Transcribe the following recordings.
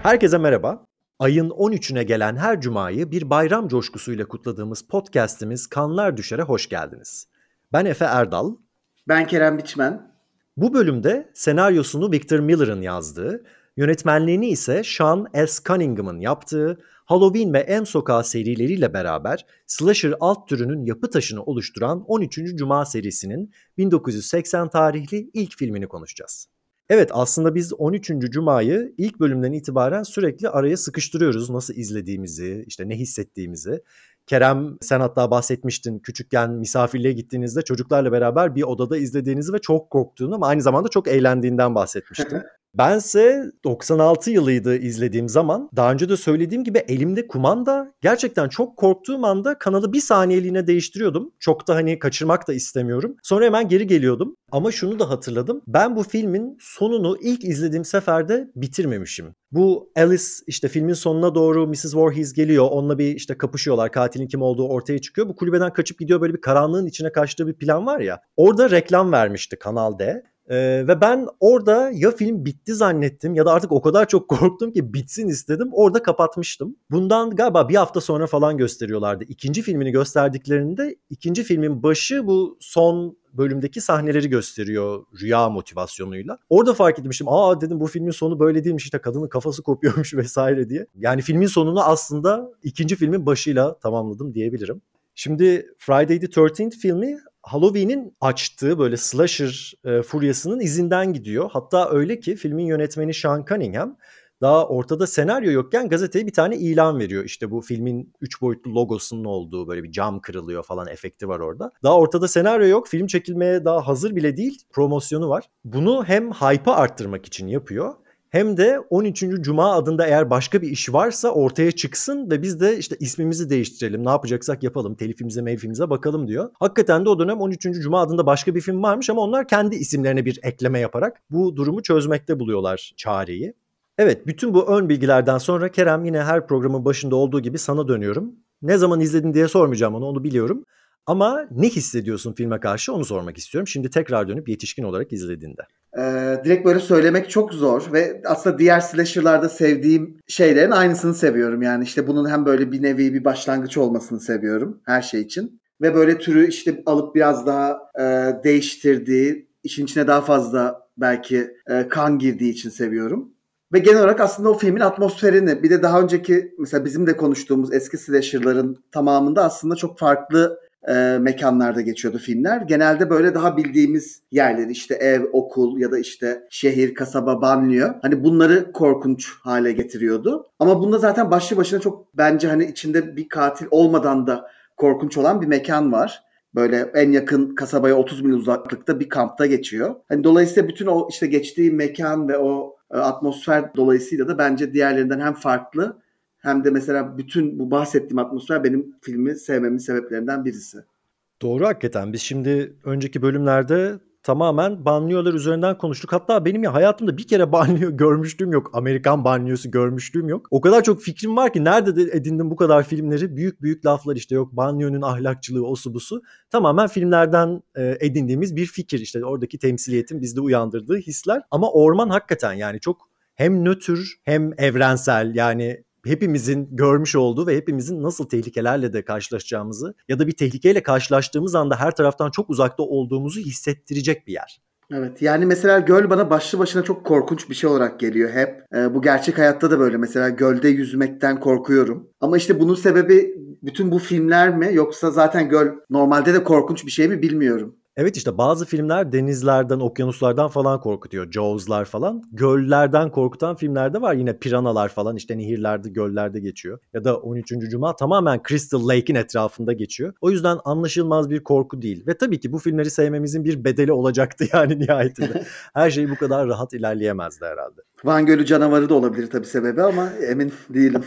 Herkese merhaba. Ayın 13'üne gelen her cumayı bir bayram coşkusuyla kutladığımız podcast'imiz Kanlar Düşer'e hoş geldiniz. Ben Efe Erdal. Ben Kerem Biçmen. Bu bölümde senaryosunu Victor Miller'ın yazdığı, yönetmenliğini ise Sean S. Cunningham'ın yaptığı Halloween ve En Sokağı serileriyle beraber slasher alt türünün yapı taşını oluşturan 13. Cuma serisinin 1980 tarihli ilk filmini konuşacağız. Evet, aslında biz 13. Cuma'yı ilk bölümden itibaren sürekli araya sıkıştırıyoruz. Nasıl izlediğimizi, işte ne hissettiğimizi. Kerem, sen hatta bahsetmiştin küçükken misafirliğe gittiğinizde çocuklarla beraber bir odada izlediğinizi ve çok korktuğunu ama aynı zamanda çok eğlendiğinden bahsetmiştin. Bense 96 yılıydı izlediğim zaman. Daha önce de söylediğim gibi elimde kumanda, gerçekten çok korktuğum anda kanalı bir saniyeliğine değiştiriyordum. Çok da hani kaçırmak da istemiyorum. Sonra hemen geri geliyordum. Ama şunu da hatırladım. Ben bu filmin sonunu ilk izlediğim seferde bitirmemişim. Bu Alice işte filmin sonuna doğru Mrs. Voorhees geliyor. Onunla bir işte kapışıyorlar. Katilin kim olduğu ortaya çıkıyor. Bu kulübeden kaçıp gidiyor, böyle bir karanlığın içine kaçtığı bir plan var ya. Orada reklam vermişti Kanal D. Ve ben orada ya film bitti zannettim ya da artık o kadar çok korktum ki bitsin istedim. Orada kapatmıştım. Bundan galiba bir hafta sonra falan gösteriyorlardı. İkinci filmini gösterdiklerinde ikinci filmin başı bu son bölümdeki sahneleri gösteriyor rüya motivasyonuyla. Orada fark etmiştim. Aa dedim, bu filmin sonu böyle değilmiş, işte kadının kafası kopuyormuş vesaire diye. Yani filmin sonunu aslında ikinci filmin başıyla tamamladım diyebilirim. Şimdi Friday the 13th filmi Halloween'in açtığı böyle slasher furyasının izinden gidiyor. Hatta öyle ki filmin yönetmeni Sean Cunningham daha ortada senaryo yokken gazeteye bir tane ilan veriyor. İşte bu filmin 3 boyutlu logosunun olduğu, böyle bir cam kırılıyor falan efekti var orada. Daha ortada senaryo yok. Film çekilmeye daha hazır bile değil. Promosyonu var. Bunu hem hype'ı arttırmak için yapıyor, hem de 13. Cuma adında eğer başka bir iş varsa ortaya çıksın ve biz de işte ismimizi değiştirelim, ne yapacaksak yapalım, telifimize mevfimize bakalım diyor. Hakikaten de o dönem 13. Cuma adında başka bir film varmış ama onlar kendi isimlerine bir ekleme yaparak bu durumu çözmekte buluyorlar çareyi. Evet, bütün bu ön bilgilerden sonra Kerem, yine her programın başında olduğu gibi sana dönüyorum. Ne zaman izledin diye sormayacağım, onu biliyorum. Ama ne hissediyorsun filme karşı, onu sormak istiyorum. Şimdi tekrar dönüp yetişkin olarak izlediğinde. Direkt böyle söylemek çok zor ve aslında diğer slasher'larda sevdiğim şeylerin aynısını seviyorum. Yani işte bunun hem böyle bir nevi bir başlangıç olmasını seviyorum her şey için. Ve böyle türü işte alıp biraz daha değiştirdiği, işin içine daha fazla belki kan girdiği için seviyorum. Ve genel olarak aslında o filmin atmosferini, bir de daha önceki mesela bizim de konuştuğumuz eski slasher'ların tamamında aslında çok farklı mekanlarda geçiyordu filmler. Genelde böyle daha bildiğimiz yerleri, işte ev, okul ya da işte şehir, kasaba, banliyö. Hani bunları korkunç hale getiriyordu. Ama bunda zaten başlı başına çok bence hani içinde bir katil olmadan da korkunç olan bir mekan var. Böyle en yakın kasabaya 30 mil uzaklıkta bir kampta geçiyor. Hani dolayısıyla bütün o işte geçtiği mekan ve o atmosfer dolayısıyla da bence diğerlerinden hem farklı hem de mesela bütün bu bahsettiğim atmosfer benim filmi sevmemin sebeplerinden birisi. Doğru, hakikaten. Biz şimdi önceki bölümlerde tamamen banliyöler üzerinden konuştuk. Hatta benim ya hayatımda bir kere banliyö görmüşlüğüm yok. Amerikan banliyösü görmüşlüğüm yok. O kadar çok fikrim var ki nerede de edindim bu kadar filmleri. Büyük büyük laflar, işte yok banliyönün ahlakçılığı, osu busu. Tamamen filmlerden edindiğimiz bir fikir. İşte oradaki temsiliyetin bizde uyandırdığı hisler. Ama orman hakikaten yani çok hem nötr hem evrensel, yani hepimizin görmüş olduğu ve hepimizin nasıl tehlikelerle de karşılaşacağımızı ya da bir tehlikeyle karşılaştığımız anda her taraftan çok uzakta olduğumuzu hissettirecek bir yer. Evet, yani mesela göl bana başlı başına çok korkunç bir şey olarak geliyor hep. Bu gerçek hayatta da böyle, mesela gölde yüzmekten korkuyorum. Ama işte bunun sebebi bütün bu filmler mi, yoksa zaten göl normalde de korkunç bir şey mi bilmiyorum. Evet, işte bazı filmler denizlerden, okyanuslardan falan korkutuyor. Jaws'lar falan. Göllerden korkutan filmler de var. Yine Piranalar falan işte nehirlerde, göllerde geçiyor. Ya da 13. Cuma tamamen Crystal Lake'in etrafında geçiyor. O yüzden anlaşılmaz bir korku değil. Ve tabii ki bu filmleri sevmemizin bir bedeli olacaktı yani nihayetinde. Her şey bu kadar rahat ilerleyemezdi herhalde. Van Gölü canavarı da olabilir tabii sebebi, ama emin değilim.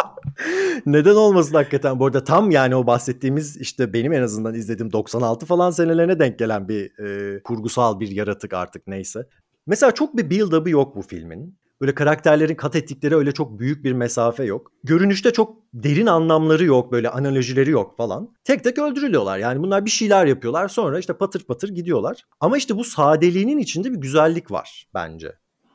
Neden olmasın hakikaten. Bu arada tam yani o bahsettiğimiz, işte benim en azından izlediğim 96 falan senelerine denk gelen bir kurgusal bir yaratık, artık neyse. Mesela çok bir build-up'ı yok bu filmin. Böyle karakterlerin kat ettikleri öyle çok büyük bir mesafe yok. Görünüşte çok derin anlamları yok, böyle analojileri yok falan. Tek tek öldürülüyorlar. Yani bunlar bir şeyler yapıyorlar, sonra işte patır patır gidiyorlar. Ama işte bu sadeliğinin içinde bir güzellik var bence.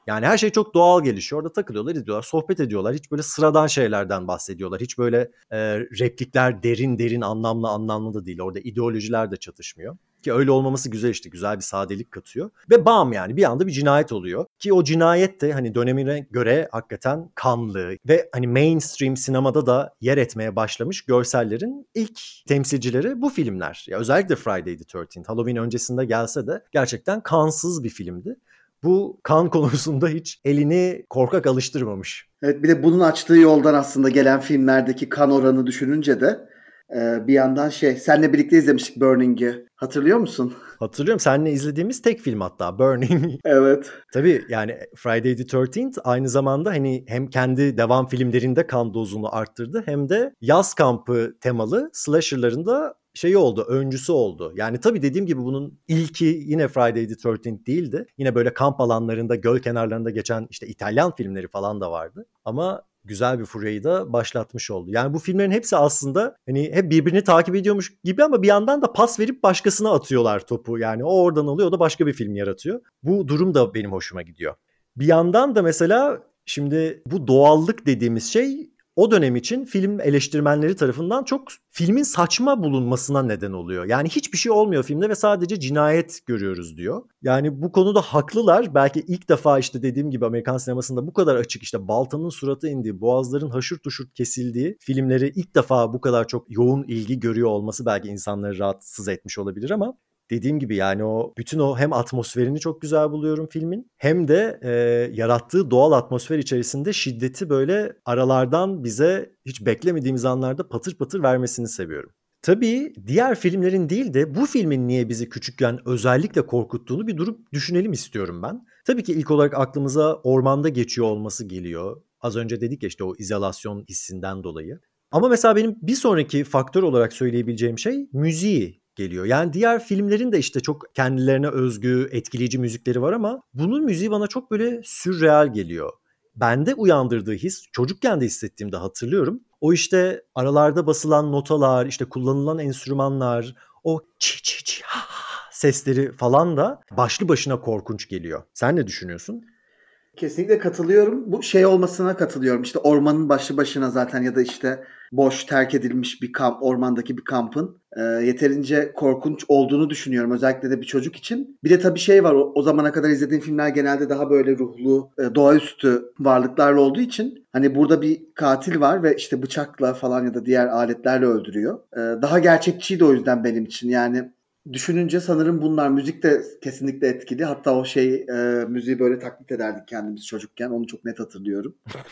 Yani her şey çok doğal gelişiyor. Orada takılıyorlar, izliyorlar, sohbet ediyorlar. Hiç böyle sıradan şeylerden bahsediyorlar. Hiç böyle replikler derin derin anlamlı anlamlı da değil. Orada ideolojiler de çatışmıyor. Ki öyle olmaması güzel işte. Güzel bir sadelik katıyor. Ve bam yani bir anda bir cinayet oluyor. Ki o cinayet de hani dönemine göre hakikaten kanlı ve hani mainstream sinemada da yer etmeye başlamış görsellerin ilk temsilcileri bu filmler. Ya özellikle Friday the 13th, Halloween öncesinde gelse de gerçekten kansız bir filmdi. Bu kan konusunda hiç elini korkak alıştırmamış. Evet, bir de bunun açtığı yoldan aslında gelen filmlerdeki kan oranı düşününce de bir yandan senle birlikte izlemiştik Burning'i. Hatırlıyor musun? Hatırlıyorum seninle izlediğimiz tek film hatta Burning. Evet. Tabii yani Friday the 13th aynı zamanda hani hem kendi devam filmlerinde kan dozunu arttırdı hem de yaz kampı temalı slasher'ların da şeyi oldu, öncüsü oldu. Yani tabii dediğim gibi bunun ilki yine Friday the 13th değildi. Yine böyle kamp alanlarında, göl kenarlarında geçen işte İtalyan filmleri falan da vardı. Ama güzel bir furyayı da başlatmış oldu. Yani bu filmlerin hepsi aslında hani hep birbirini takip ediyormuş gibi ama bir yandan da pas verip başkasına atıyorlar topu. Yani o oradan alıyor, o da başka bir film yaratıyor. Bu durum da benim hoşuma gidiyor. Bir yandan da mesela şimdi bu doğallık dediğimiz şey o dönem için film eleştirmenleri tarafından çok filmin saçma bulunmasına neden oluyor. Yani hiçbir şey olmuyor filmde ve sadece cinayet görüyoruz diyor. Yani bu konuda haklılar. Belki ilk defa işte dediğim gibi Amerikan sinemasında bu kadar açık işte baltanın suratı indiği, boğazların haşır tuşur kesildiği filmleri ilk defa bu kadar çok yoğun ilgi görüyor olması belki insanları rahatsız etmiş olabilir ama dediğim gibi yani o bütün o hem atmosferini çok güzel buluyorum filmin hem de yarattığı doğal atmosfer içerisinde şiddeti böyle aralardan bize hiç beklemediğimiz anlarda patır patır vermesini seviyorum. Tabii diğer filmlerin değil de bu filmin niye bizi küçükken özellikle korkuttuğunu bir durup düşünelim istiyorum ben. Tabii ki ilk olarak aklımıza ormanda geçiyor olması geliyor. Az önce dedik ya işte o izolasyon hissinden dolayı. Ama mesela benim bir sonraki faktör olarak söyleyebileceğim şey müziği geliyor. Yani diğer filmlerin de işte çok kendilerine özgü, etkileyici müzikleri var ama bunun müziği bana çok böyle sürreal geliyor. Bende uyandırdığı his çocukken de hissettiğimde hatırlıyorum. O işte aralarda basılan notalar, işte kullanılan enstrümanlar, o çi çi çi ha ha sesleri falan da başlı başına korkunç geliyor. Sen ne düşünüyorsun? Kesinlikle katılıyorum. Bu şey olmasına katılıyorum. İşte ormanın başlı başına zaten ya da işte boş terk edilmiş bir kamp, ormandaki bir kampın yeterince korkunç olduğunu düşünüyorum. Özellikle de bir çocuk için. Bir de tabii şey var. O zamana kadar izlediğim filmler genelde daha böyle ruhlu, doğaüstü varlıklarla olduğu için hani burada bir katil var ve işte bıçakla falan ya da diğer aletlerle öldürüyor. Daha gerçekçiydi o yüzden benim için. Yani düşününce sanırım bunlar müzik de kesinlikle etkili. Hatta o müziği böyle taklit ederdik kendimiz çocukken. Onu çok net hatırlıyorum.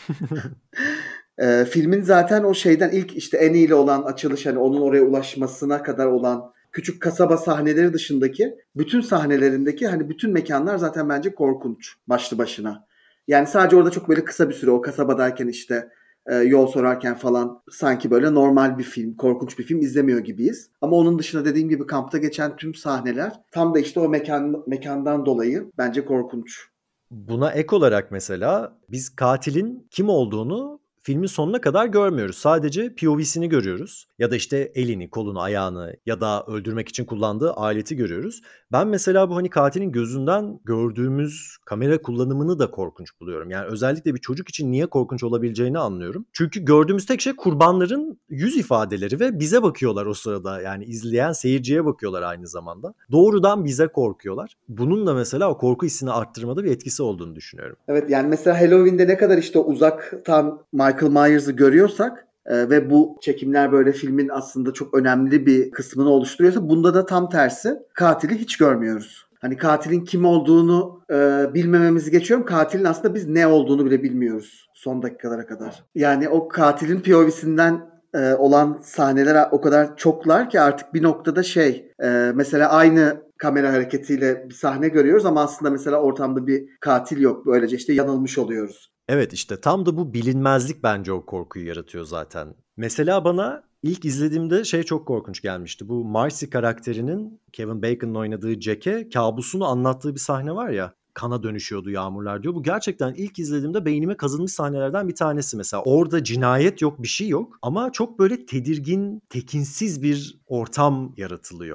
Filmin zaten o şeyden ilk işte en iyi olan açılış hani onun oraya ulaşmasına kadar olan küçük kasaba sahneleri dışındaki bütün sahnelerindeki hani bütün mekanlar zaten bence korkunç başlı başına. Yani sadece orada çok böyle kısa bir süre o kasabadayken işte yol sorarken falan sanki böyle normal bir film, korkunç bir film izlemiyor gibiyiz. Ama onun dışında dediğim gibi kampta geçen tüm sahneler tam da işte o mekandan dolayı bence korkunç. Buna ek olarak mesela biz katilin kim olduğunu filmin sonuna kadar görmüyoruz. Sadece POV'sini görüyoruz. Ya da işte elini, kolunu, ayağını ya da öldürmek için kullandığı aleti görüyoruz. Ben mesela bu hani katilin gözünden gördüğümüz kamera kullanımını da korkunç buluyorum. Yani özellikle bir çocuk için niye korkunç olabileceğini anlıyorum. Çünkü gördüğümüz tek şey kurbanların yüz ifadeleri ve bize bakıyorlar o sırada. Yani izleyen seyirciye bakıyorlar aynı zamanda. Doğrudan bize korkuyorlar. Bunun da mesela o korku hissini arttırmada bir etkisi olduğunu düşünüyorum. Evet yani mesela Halloween'de ne kadar işte uzaktan Michael Myers'ı görüyorsak ve bu çekimler böyle filmin aslında çok önemli bir kısmını oluşturuyorsa bunda da tam tersi katili hiç görmüyoruz. Hani katilin kim olduğunu bilmememizi geçiyorum. Katilin aslında biz ne olduğunu bile bilmiyoruz son dakikalara kadar. Yani o katilin POV'sinden olan sahneler o kadar çoklar ki artık bir noktada mesela aynı kamera hareketiyle bir sahne görüyoruz ama aslında mesela ortamda bir katil yok. Böylece işte yanılmış oluyoruz. Evet işte tam da bu bilinmezlik bence o korkuyu yaratıyor zaten. Mesela bana ilk izlediğimde şey çok korkunç gelmişti. Bu Marcy karakterinin Kevin Bacon'ın oynadığı Jack'e kabusunu anlattığı bir sahne var ya. Kana dönüşüyordu yağmurlar diyor. Bu gerçekten ilk izlediğimde beynime kazınmış sahnelerden bir tanesi mesela. Orada cinayet yok, bir şey yok ama çok böyle tedirgin, tekinsiz bir ortam yaratılıyor.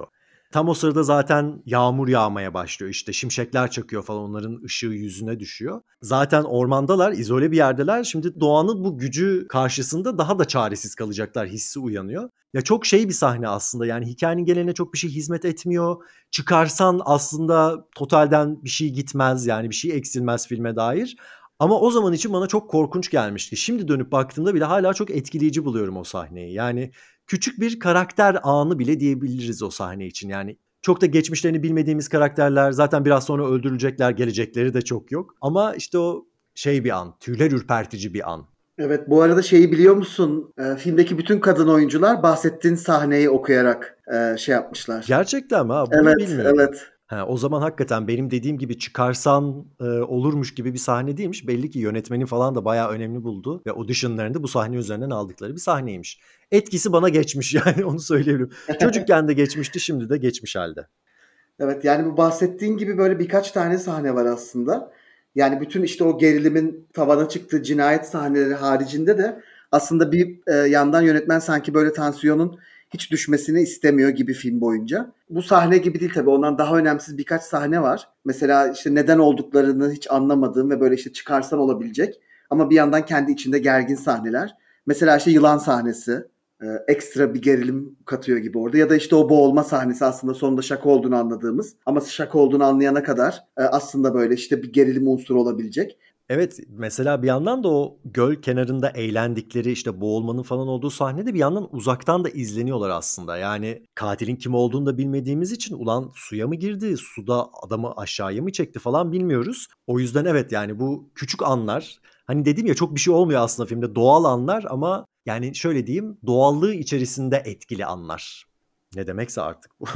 Tam o sırada zaten yağmur yağmaya başlıyor. İşte şimşekler çakıyor falan, onların ışığı yüzüne düşüyor. Zaten ormandalar, izole bir yerdeler. Şimdi doğanın bu gücü karşısında daha da çaresiz kalacaklar hissi uyanıyor. Ya çok şey bir sahne aslında, yani hikayenin geneline çok bir şey hizmet etmiyor. Çıkarsan aslında totalden bir şey gitmez, yani bir şey eksilmez filme dair. Ama o zaman için bana çok korkunç gelmişti. Şimdi dönüp baktığımda bile hala çok etkileyici buluyorum o sahneyi. Yani küçük bir karakter anı bile diyebiliriz o sahne için. Yani çok da geçmişlerini bilmediğimiz karakterler, zaten biraz sonra öldürülecekler, gelecekleri de çok yok. Ama işte o şey bir an, tüyler ürpertici bir an. Evet, bu arada şeyi biliyor musun? Filmdeki bütün kadın oyuncular bahsettiğin sahneyi okuyarak şey yapmışlar. Gerçekten mi? Ha, bunu Evet, bilmiyordum. evet. Ha, o zaman hakikaten benim dediğim gibi çıkarsan olurmuş gibi bir sahne değilmiş. Belli ki yönetmenin falan da bayağı önemli buldu ve auditionlarında bu sahne üzerinden aldıkları bir sahneymiş. Etkisi bana geçmiş yani, onu söyleyebilirim. Çocukken de geçmişti, şimdi de geçmiş halde. Evet, yani bu bahsettiğin gibi böyle birkaç tane sahne var aslında. Yani bütün işte o gerilimin tavana çıktığı cinayet sahneleri haricinde de aslında bir yandan yönetmen sanki böyle tansiyonun hiç düşmesini istemiyor gibi film boyunca. Bu sahne gibi değil tabii. Ondan daha önemsiz birkaç sahne var. Mesela işte neden olduklarını hiç anlamadığım ve böyle işte çıkarsan olabilecek ama bir yandan kendi içinde gergin sahneler. Mesela işte yılan sahnesi. Ekstra bir gerilim katıyor gibi orada. Ya da işte o boğulma sahnesi aslında sonunda şaka olduğunu anladığımız ama şaka olduğunu anlayana kadar aslında böyle işte bir gerilim unsuru olabilecek. Evet, mesela bir yandan da o göl kenarında eğlendikleri, işte boğulmanın falan olduğu sahnede bir yandan uzaktan da izleniyorlar aslında. Yani katilin kim olduğunu da bilmediğimiz için ulan suya mı girdi, suda adamı aşağıya mı çekti falan bilmiyoruz. O yüzden evet, yani bu küçük anlar, hani dedim ya, çok bir şey olmuyor aslında filmde, doğal anlar ama yani şöyle diyeyim, doğallığı içerisinde etkili anlar. Ne demekse artık bu.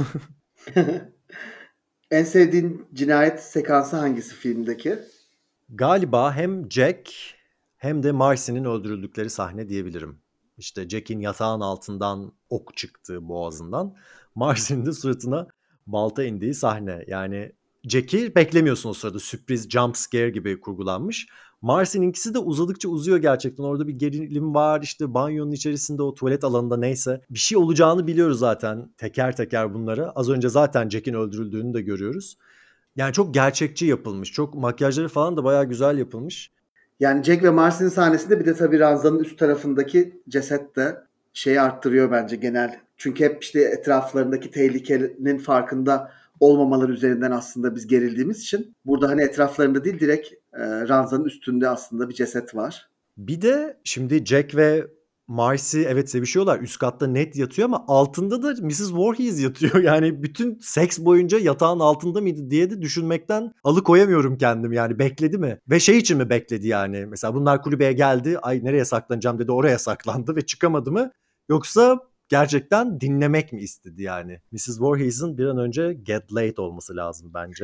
En sevdiğin cinayet sekansı hangisi filmdeki? Galiba hem Jack hem de Marcy'nin öldürüldükleri sahne diyebilirim. İşte Jack'in yatağın altından ok çıktığı boğazından, Marcy'nin de suratına balta indiği sahne. Yani Jack'i beklemiyorsun o sırada. Sürpriz jump scare gibi kurgulanmış. Marcy'ninkisi de uzadıkça uzuyor gerçekten. Orada bir gerilim var. İşte banyonun içerisinde, o tuvalet alanında neyse. Bir şey olacağını biliyoruz zaten teker teker bunları. Az önce zaten Jack'in öldürüldüğünü de görüyoruz. Yani çok gerçekçi yapılmış. Çok makyajları falan da bayağı güzel yapılmış. Yani Jack ve Marcy'nin sahnesinde bir de tabii ranzanın üst tarafındaki ceset de şeyi arttırıyor bence genel. Çünkü hep işte etraflarındaki tehlikenin farkında olmamaları üzerinden aslında biz gerildiğimiz için burada hani etraflarında değil direkt ranzanın üstünde aslında bir ceset var. Bir de şimdi Jack ve Marcy evet sevişiyorlar. Üst katta net yatıyor ama altında da Mrs. Voorhees yatıyor. Yani bütün seks boyunca yatağın altında mıydı diye de düşünmekten alıkoyamıyorum kendimi. Yani bekledi mi? Ve şey için mi bekledi yani? Mesela bunlar kulübeye geldi. Ay nereye saklanacağım dedi. Oraya saklandı ve çıkamadı mı? Yoksa gerçekten dinlemek mi istedi yani? Mrs. Voorhees'in bir an önce get laid olması lazım bence.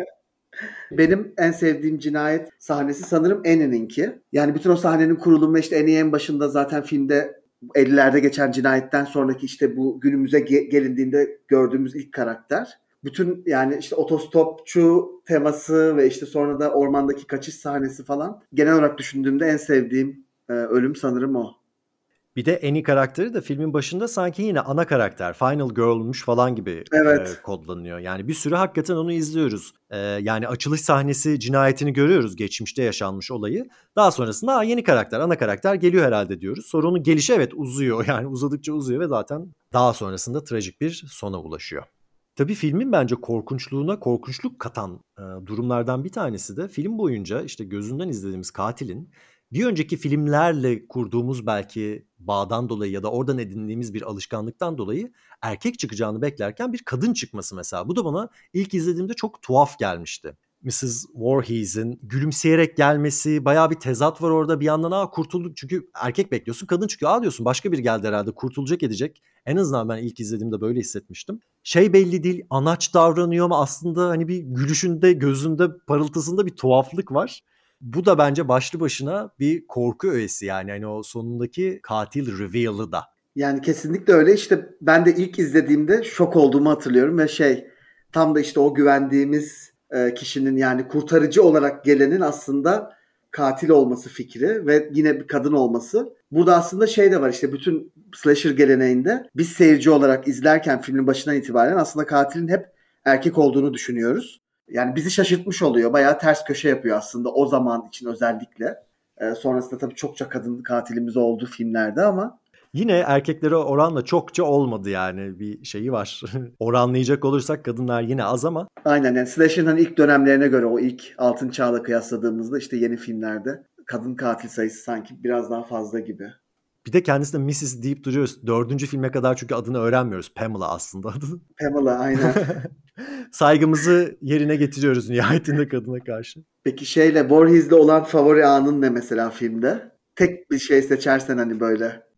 Benim en sevdiğim cinayet sahnesi sanırım Annie'ninki. Yani bütün o sahnenin kurulumu ve işte Annie en başında zaten filmde 50'lerde geçen cinayetten sonraki işte bu günümüze gelindiğinde gördüğümüz ilk karakter. Bütün yani işte otostopçu teması ve işte sonra da ormandaki kaçış sahnesi falan. Genel olarak düşündüğümde en sevdiğim ölüm sanırım o. Bir de Annie karakteri de filmin başında sanki yine ana karakter, Final Girl'muş falan gibi Evet. kodlanıyor. Yani bir süre hakikaten onu izliyoruz. Yani açılış sahnesi cinayetini görüyoruz, geçmişte yaşanmış olayı. Daha sonrasında yeni karakter, ana karakter geliyor herhalde diyoruz. Sonra onun gelişi evet uzuyor, yani uzadıkça uzuyor ve zaten daha sonrasında trajik bir sona ulaşıyor. Tabii filmin bence korkunçluğuna korkunçluk katan durumlardan bir tanesi de film boyunca işte gözünden izlediğimiz katilin bir önceki filmlerle kurduğumuz belki bağdan dolayı ya da oradan edindiğimiz bir alışkanlıktan dolayı erkek çıkacağını beklerken bir kadın çıkması mesela. Bu da bana ilk izlediğimde çok tuhaf gelmişti. Mrs. Voorhees'in gülümseyerek gelmesi, bayağı bir tezat var orada. Bir yandan kurtulduk, çünkü erkek bekliyorsun, kadın çıkıyor. Diyorsun başka biri geldi herhalde, kurtulacak edecek. En azından ben ilk izlediğimde böyle hissetmiştim. Şey belli değil, anaç davranıyor ama aslında hani bir gülüşünde, gözünde, parıltısında bir tuhaflık var. Bu da bence başlı başına bir korku öğesi, yani hani o sonundaki katil reveal'ı da. Yani kesinlikle öyle. İşte ben de ilk izlediğimde şok olduğumu hatırlıyorum ve şey tam da işte o güvendiğimiz kişinin yani kurtarıcı olarak gelenin aslında katil olması fikri ve yine bir kadın olması. Burada aslında şey de var, işte bütün slasher geleneğinde biz seyirci olarak izlerken filmin başından itibaren aslında katilin hep erkek olduğunu düşünüyoruz. Yani bizi şaşırtmış oluyor. Bayağı ters köşe yapıyor aslında o zaman için özellikle. Sonrasında tabii çokça kadın katilimiz oldu filmlerde ama Yine erkeklere oranla çokça olmadı yani bir şeyi var. Oranlayacak olursak kadınlar yine az ama aynen, yani slasher'ın hani ilk dönemlerine göre o ilk Altın Çağ'la kıyasladığımızda işte yeni filmlerde kadın katil sayısı sanki biraz daha fazla gibi. bir de kendisine Mrs. deyip duruyoruz. Dördüncü filme kadar çünkü adını öğrenmiyoruz. Pamela aslında adı. Pamela, aynen. Saygımızı yerine getiriyoruz nihayetinde kadına karşı. Peki şeyle Voorhees'le olan favori anın ne mesela filmde? Tek bir şey seçersen hani böyle.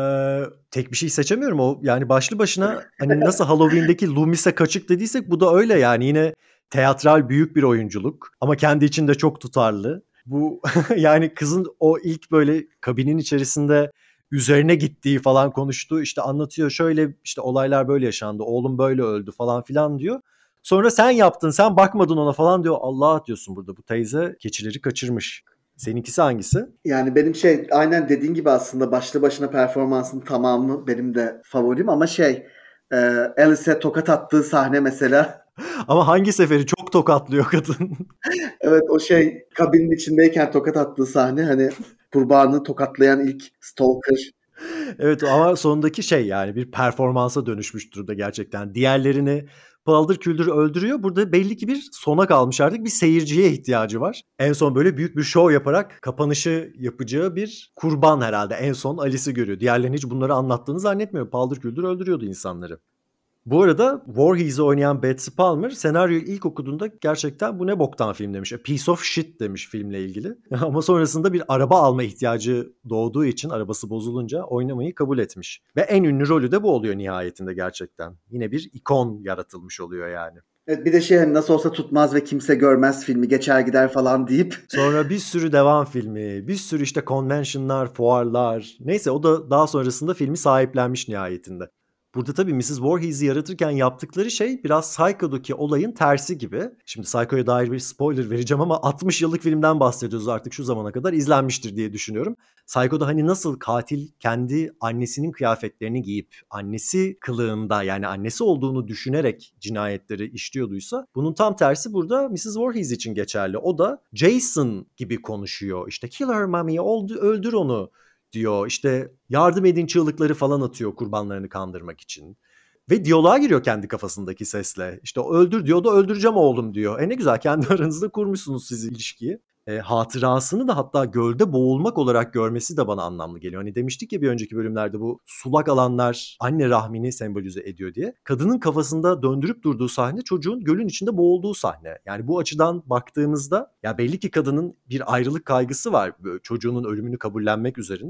Tek bir şey seçemiyorum. O yani başlı başına hani nasıl Halloween'deki Loomis'e kaçık dediysek bu da öyle yani. Yine teatral büyük bir oyunculuk ama kendi içinde çok tutarlı. Bu yani kızın o ilk böyle kabinin içerisinde üzerine gittiği falan konuştuğu işte anlatıyor. Şöyle işte olaylar böyle yaşandı. Oğlum böyle öldü falan filan diyor. Sonra sen yaptın, sen bakmadın ona falan diyor. Allah diyorsun burada bu teyze keçileri kaçırmış. Seninkisi hangisi? Yani benim şey aynen dediğin gibi aslında başlı başına performansın tamamı benim de favorim ama şey e, Alice'e tokat attığı sahne mesela. Ama hangi seferi çok tokatlıyor kadın. Evet, o şey kabinin içindeyken tokat attığı sahne, hani kurbanını tokatlayan ilk stalker. Evet ama sonundaki şey yani bir performansa dönüşmüş durumda gerçekten. Diğerlerini paldır küldür öldürüyor. Burada belli ki bir sona kalmış artık bir seyirciye ihtiyacı var. En son böyle büyük bir şov yaparak kapanışı yapacağı bir kurban herhalde. En son Alice'i görüyor. Diğerlerinin hiç bunları anlattığını zannetmiyor. Paldır küldür öldürüyordu insanları. Bu arada Voorhees'i oynayan Betsy Palmer senaryoyu ilk okuduğunda gerçekten bu ne boktan film demiş. A piece of shit demiş filmle ilgili. Ama sonrasında bir araba alma ihtiyacı doğduğu için arabası bozulunca oynamayı kabul etmiş. Ve en ünlü rolü de bu oluyor nihayetinde gerçekten. Yine bir ikon yaratılmış oluyor yani. Evet, bir de şey hani nasıl olsa tutmaz ve kimse görmez filmi, geçer gider falan deyip Sonra bir sürü devam filmi, bir sürü işte convention'lar, fuarlar. Neyse o da daha sonrasında filmi sahiplenmiş nihayetinde. Burada tabii Mrs. Voorhees'i yaratırken yaptıkları şey biraz Psycho'daki olayın tersi gibi. Şimdi Psycho'ya dair bir spoiler vereceğim ama 60 yıllık filmden bahsediyoruz artık şu zamana kadar izlenmiştir diye düşünüyorum. Psycho'da hani nasıl katil kendi annesinin kıyafetlerini giyip annesi kılığında yani annesi olduğunu düşünerek cinayetleri işliyorduysa bunun tam tersi burada Mrs. Voorhees için geçerli. O da Jason gibi konuşuyor. İşte kill her mommy, öldür onu diyor. İşte yardım edin çığlıkları falan atıyor kurbanlarını kandırmak için. Ve diyaloğa giriyor kendi kafasındaki sesle. İşte öldür diyor da öldüreceğim oğlum diyor. Ne güzel kendi aranızda kurmuşsunuz siz ilişkiyi. Hatırasını da hatta gölde boğulmak olarak görmesi de bana anlamlı geliyor. Hani demiştik ya bir önceki bölümlerde bu sulak alanlar anne rahmini sembolize ediyor diye. Kadının kafasında döndürüp durduğu sahne çocuğun gölün içinde boğulduğu sahne. Yani bu açıdan baktığımızda ya belli ki kadının bir ayrılık kaygısı var çocuğunun ölümünü kabullenmek üzerine.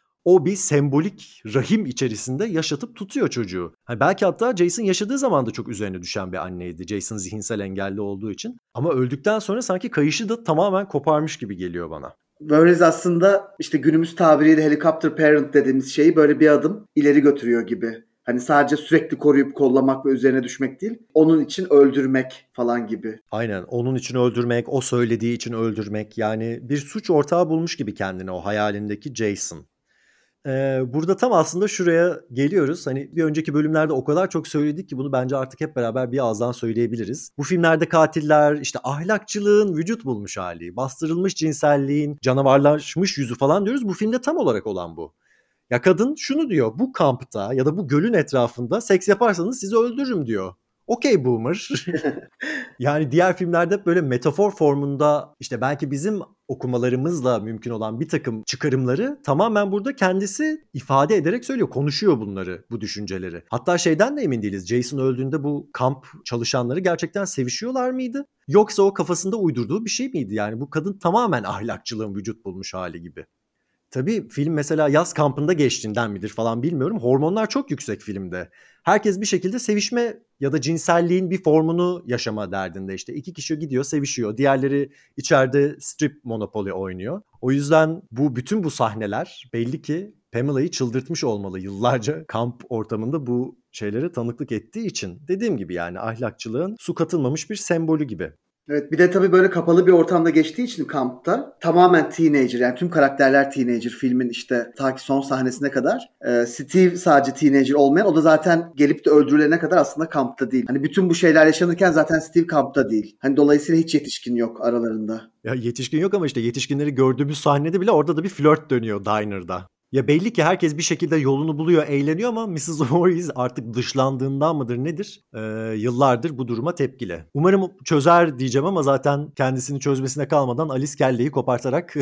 O bir sembolik rahim içerisinde yaşatıp tutuyor çocuğu. Hani belki hatta Jason yaşadığı zaman da çok üzerine düşen bir anneydi. Jason zihinsel engelli olduğu için. Ama öldükten sonra sanki kayışı da tamamen koparmış gibi geliyor bana. Voorhees aslında işte günümüz tabiriyle helicopter parent dediğimiz şeyi böyle bir adım ileri götürüyor gibi. Hani sadece sürekli koruyup kollamak ve üzerine düşmek değil, onun için öldürmek falan gibi. Aynen onun için öldürmek, o söylediği için öldürmek. Yani bir suç ortağı bulmuş gibi kendine o hayalindeki Jason. Burada tam aslında şuraya geliyoruz. Hani bir önceki bölümlerde o kadar çok söyledik ki bunu bence artık hep beraber bir ağızdan söyleyebiliriz. Bu filmlerde katiller işte ahlakçılığın vücut bulmuş hali, bastırılmış cinselliğin canavarlaşmış yüzü falan diyoruz. Bu filmde tam olarak olan bu. Ya kadın şunu diyor, bu kampta ya da bu gölün etrafında seks yaparsanız sizi öldürürüm diyor. Okey boomer. Yani diğer filmlerde hep böyle metafor formunda işte belki bizim okumalarımızla mümkün olan bir takım çıkarımları tamamen burada kendisi ifade ederek söylüyor. Konuşuyor bunları, bu düşünceleri. Hatta şeyden de emin değiliz. Jason öldüğünde bu kamp çalışanları gerçekten sevişiyorlar mıydı? Yoksa o kafasında uydurduğu bir şey miydi? Yani bu kadın tamamen ahlakçılığın vücut bulmuş hali gibi. Tabii film mesela yaz kampında geçtiğinden midir falan bilmiyorum. Hormonlar çok yüksek filmde. Herkes bir şekilde sevişme ya da cinselliğin bir formunu yaşama derdinde işte. İki kişi gidiyor sevişiyor. Diğerleri içeride strip Monopoly oynuyor. O yüzden bütün bu sahneler belli ki Pamela'yı çıldırtmış olmalı yıllarca kamp ortamında bu şeylere tanıklık ettiği için. Dediğim gibi yani ahlakçılığın su katılmamış bir sembolü gibi. Evet, bir de tabii böyle kapalı bir ortamda geçtiği için kampta tamamen teenager, yani tüm karakterler teenager filmin işte ta ki son sahnesine kadar. Steve sadece teenager olmayan, o da zaten gelip de öldürülene kadar aslında kampta değil. Hani bütün bu şeyler yaşanırken zaten Steve kampta değil. Hani dolayısıyla hiç yetişkin yok aralarında. Ya yetişkin yok ama işte yetişkinleri gördüğümüz sahnede bile orada da bir flört dönüyor diner'da. Ya belli ki herkes bir şekilde yolunu buluyor, eğleniyor ama Mrs. Voorhees artık dışlandığından mıdır nedir? Yıllardır bu duruma tepkili. Umarım çözer diyeceğim ama zaten kendisini çözmesine kalmadan Alice kelleyi kopartarak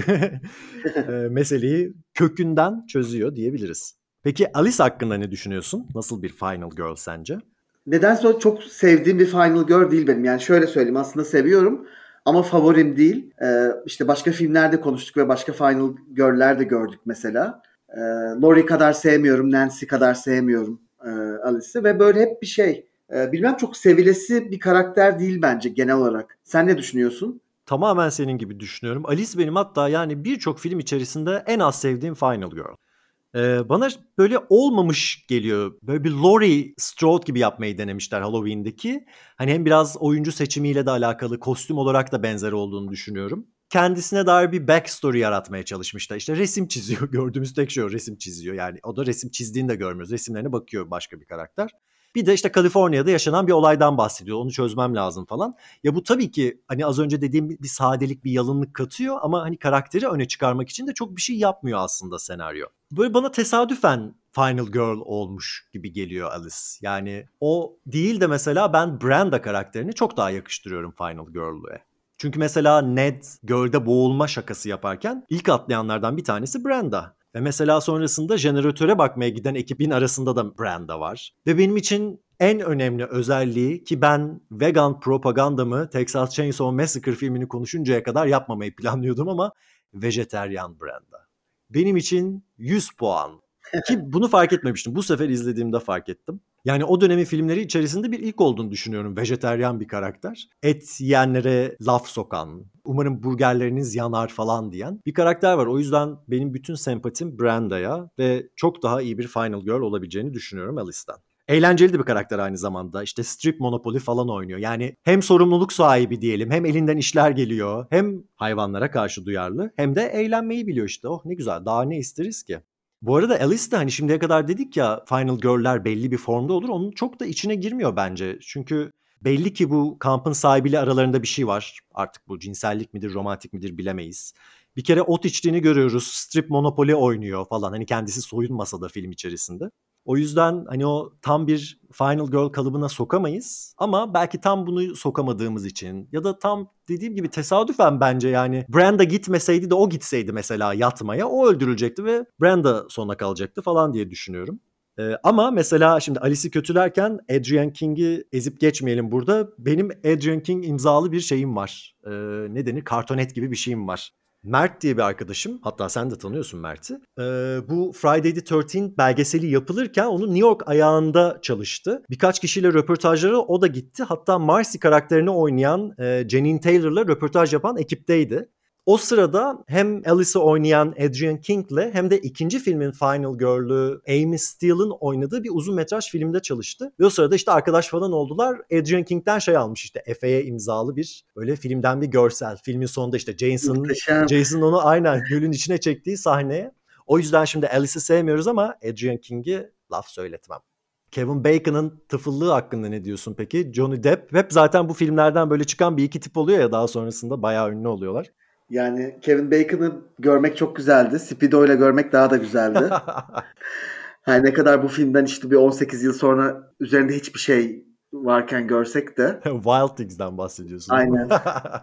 meseleyi kökünden çözüyor diyebiliriz. Peki Alice hakkında ne düşünüyorsun? Nasıl bir Final Girl sence? Nedense o çok sevdiğim bir Final Girl değil benim. Yani şöyle söyleyeyim, aslında seviyorum ama favorim değil. İşte başka filmlerde konuştuk ve başka Final Girl'ler de gördük mesela. Laurie kadar sevmiyorum, Nancy kadar sevmiyorum Alice'i ve böyle hep bir şey. Bilmem, çok sevilesi bir karakter değil bence genel olarak. Sen ne düşünüyorsun? Tamamen senin gibi düşünüyorum. Alice benim hatta yani birçok film içerisinde en az sevdiğim Final Girl. Bana böyle olmamış geliyor. Böyle bir Laurie Strode gibi yapmayı denemişler Halloween'deki. Hani hem biraz oyuncu seçimiyle de alakalı, kostüm olarak da benzer olduğunu düşünüyorum. Kendisine dair bir backstory yaratmaya çalışmışlar. İşte resim çiziyor. Gördüğümüz tek şey o, resim çiziyor. Yani o da resim çizdiğini de görmüyoruz. Resimlerine bakıyor başka bir karakter. Bir de işte Kaliforniya'da yaşanan bir olaydan bahsediyor. Onu çözmem lazım falan. Ya bu tabii ki hani az önce dediğim bir sadelik, bir yalınlık katıyor ama hani karakteri öne çıkarmak için de çok bir şey yapmıyor aslında senaryo. Böyle bana tesadüfen Final Girl olmuş gibi geliyor Alice. Yani o değil de mesela ben Brenda karakterini çok daha yakıştırıyorum Final Girl'e. Çünkü mesela Ned gölde boğulma şakası yaparken ilk atlayanlardan bir tanesi Brenda. Ve mesela sonrasında jeneratöre bakmaya giden ekibin arasında da Brenda var. Ve benim için en önemli özelliği, ki ben vegan propagandamı Texas Chainsaw Massacre filmini konuşuncaya kadar yapmamayı planlıyordum ama vejeteryan Brenda. Benim için 100 puan. Ki bunu fark etmemiştim. Bu sefer izlediğimde fark ettim. Yani o dönemin filmleri içerisinde bir ilk olduğunu düşünüyorum. Vejeteryan bir karakter. Et yiyenlere laf sokan, umarım burgerleriniz yanar falan diyen bir karakter var. O yüzden benim bütün sempatim Branda'ya ve çok daha iyi bir Final Girl olabileceğini düşünüyorum Alice'den. Eğlenceli de bir karakter aynı zamanda. İşte strip Monopoly falan oynuyor. Yani hem sorumluluk sahibi diyelim, hem elinden işler geliyor, hem hayvanlara karşı duyarlı, hem de eğlenmeyi biliyor işte. Oh ne güzel. Daha ne isteriz ki? Bu arada Alice de hani şimdiye kadar dedik ya Final Girl'ler belli bir formda olur. Onun çok da içine girmiyor bence. Çünkü belli ki bu kampın sahibiyle aralarında bir şey var. Artık bu cinsellik midir, romantik midir bilemeyiz. Bir kere ot içtiğini görüyoruz. Strip Monopoly oynuyor falan. Hani kendisi soyunmasa da film içerisinde. O yüzden hani o tam bir Final Girl kalıbına sokamayız. Ama belki tam bunu sokamadığımız için ya da tam dediğim gibi tesadüfen bence yani Brenda gitmeseydi de o gitseydi mesela yatmaya, o öldürülecekti ve Brenda sona kalacaktı falan diye düşünüyorum. Ama mesela şimdi Alice'i kötülerken Adrian King'i ezip geçmeyelim burada. Benim Adrian King imzalı bir şeyim var. Ne denir? Kartonet gibi bir şeyim var. Mert diye bir arkadaşım, hatta sen de tanıyorsun Mert'i. Bu Friday the 13th belgeseli yapılırken onun New York ayağında çalıştı. Birkaç kişiyle röportajları o da gitti. Hatta Marcy karakterini oynayan Janine Taylor'la röportaj yapan ekipteydi. O sırada hem Alice'i oynayan Adrian King'le hem de ikinci filmin Final Girl'ü Amy Steele'ın oynadığı bir uzun metraj filmde çalıştı. Ve o sırada işte arkadaş falan oldular. Adrian King'den şey almış, işte Efe'ye imzalı bir böyle filmden bir görsel. Filmin sonunda işte Muhteşem. Jason onu aynen gölün içine çektiği sahneye. O yüzden şimdi Alice'i sevmiyoruz ama Adrian King'i laf söyletmem. Kevin Bacon'ın tıfıllığı hakkında ne diyorsun peki? Johnny Depp hep zaten bu filmlerden böyle çıkan bir iki tip oluyor ya, daha sonrasında bayağı ünlü oluyorlar. Yani Kevin Bacon'ı görmek çok güzeldi. Speedo ile görmek daha da güzeldi. Her ne kadar bu filmden işte bir 18 yıl sonra üzerinde hiçbir şey varken görsek de. Wild Things'den bahsediyorsun değil mi? Aynen.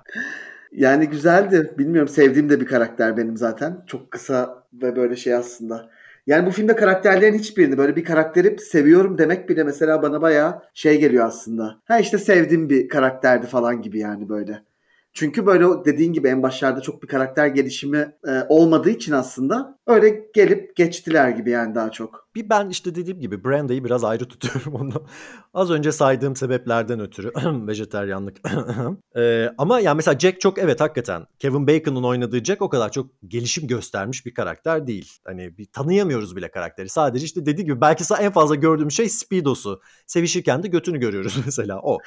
Yani güzeldi. Bilmiyorum, sevdiğim de bir karakter benim zaten. Çok kısa ve böyle şey aslında. Yani bu filmde karakterlerin hiçbirini, böyle bir karakteri seviyorum demek bile mesela bana bayağı şey geliyor aslında. Ha işte sevdiğim bir karakterdi falan gibi yani böyle. Çünkü böyle dediğin gibi en başlarda çok bir karakter gelişimi olmadığı için aslında öyle gelip geçtiler gibi yani daha çok. Bir ben işte dediğim gibi Branda'yı biraz ayrı tutuyorum onu. Az önce saydığım sebeplerden ötürü. Vejeteryanlık. Ama yani mesela Jack çok evet hakikaten Kevin Bacon'un oynadığı Jack o kadar çok gelişim göstermiş bir karakter değil. Hani bir tanıyamıyoruz bile karakteri. Sadece işte dediğim gibi belki en fazla gördüğüm şey Speedo'su. Sevişirken de götünü görüyoruz mesela o.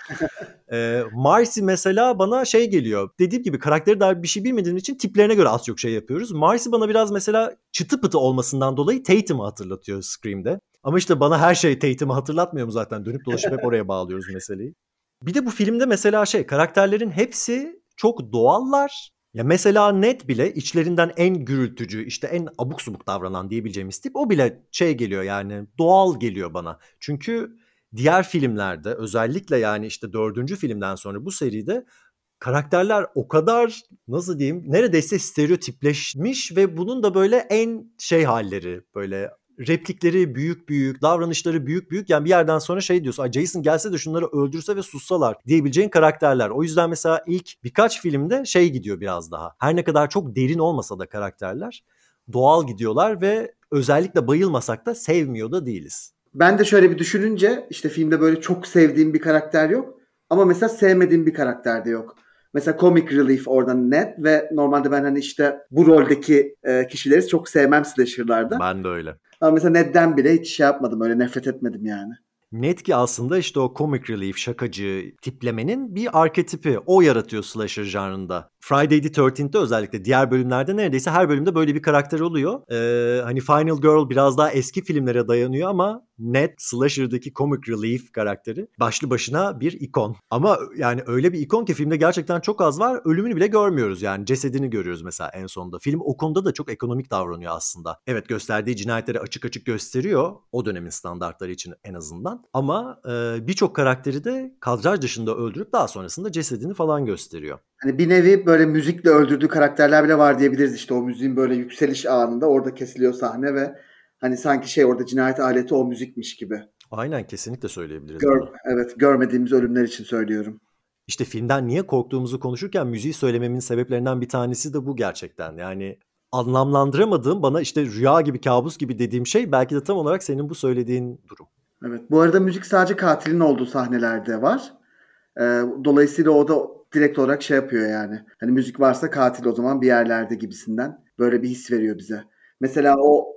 Marcy mesela bana şey geliyor. Dediğim gibi karakteri dair bir şey bilmediğim için tiplerine göre az çok şey yapıyoruz. Marcy bana biraz mesela çıtı pıtı olmasından dolayı Tatum'u hatırlatıyor Scream'de. Ama işte bana her şey Tatum'u hatırlatmıyor mu zaten? Dönüp dolaşıp hep oraya bağlıyoruz meseleyi. Bir de bu filmde mesela karakterlerin hepsi çok doğallar. Ya mesela Ned bile içlerinden en gürültücü, işte en abuk subuk davranan diyebileceğimiz tip o bile geliyor yani doğal geliyor bana. Çünkü diğer filmlerde özellikle yani işte dördüncü filmden sonra bu seride karakterler o kadar nasıl diyeyim neredeyse stereotipleşmiş ve bunun da böyle en halleri böyle replikleri büyük büyük, davranışları büyük büyük. Yani bir yerden sonra diyorsun. Ay Jason gelse de şunları öldürse ve sussalar diyebileceğin karakterler. O yüzden mesela ilk birkaç filmde gidiyor biraz daha. Her ne kadar çok derin olmasa da karakterler doğal gidiyorlar ve özellikle bayılmasak da sevmiyor da değiliz. Ben de şöyle bir düşününce işte filmde böyle çok sevdiğim bir karakter yok. Ama mesela sevmediğim bir karakter de yok. Mesela Comic Relief oradan Ned ve normalde ben hani işte bu roldeki kişileri çok sevmem slasher'larda. Ben de öyle. Ama mesela Ned'den bile hiç şey yapmadım. Öyle nefret etmedim yani. Netki aslında işte o comic relief, şakacı tiplemenin bir arketipi. O yaratıyor slasher janrında. Friday the 13th'te özellikle diğer bölümlerde neredeyse her bölümde böyle bir karakter oluyor. Hani Final Girl biraz daha eski filmlere dayanıyor ama Ned slasher'daki comic relief karakteri başlı başına bir ikon. Ama yani öyle bir ikon ki filmde gerçekten çok az var. Ölümünü bile görmüyoruz yani cesedini görüyoruz mesela en sonunda. Film o konuda da çok ekonomik davranıyor aslında. Evet gösterdiği cinayetleri açık açık gösteriyor o dönemin standartları için en azından. Ama birçok karakteri de kadraj dışında öldürüp daha sonrasında cesedini falan gösteriyor. Hani bir nevi böyle müzikle öldürdüğü karakterler bile var diyebiliriz. İşte o müziğin böyle yükseliş anında orada kesiliyor sahne ve hani sanki orada cinayet aleti o müzikmiş gibi. Aynen kesinlikle söyleyebiliriz bunu. Evet, görmediğimiz ölümler için söylüyorum. İşte filmden niye korktuğumuzu konuşurken müziği söylememin sebeplerinden bir tanesi de bu gerçekten. Yani anlamlandıramadığım bana işte rüya gibi kabus gibi dediğim şey belki de tam olarak senin bu söylediğin durum. Evet. Bu arada müzik sadece katilin olduğu sahnelerde var. Dolayısıyla o da direkt olarak şey yapıyor yani. Hani müzik varsa katil o zaman bir yerlerde gibisinden böyle bir his veriyor bize. Mesela o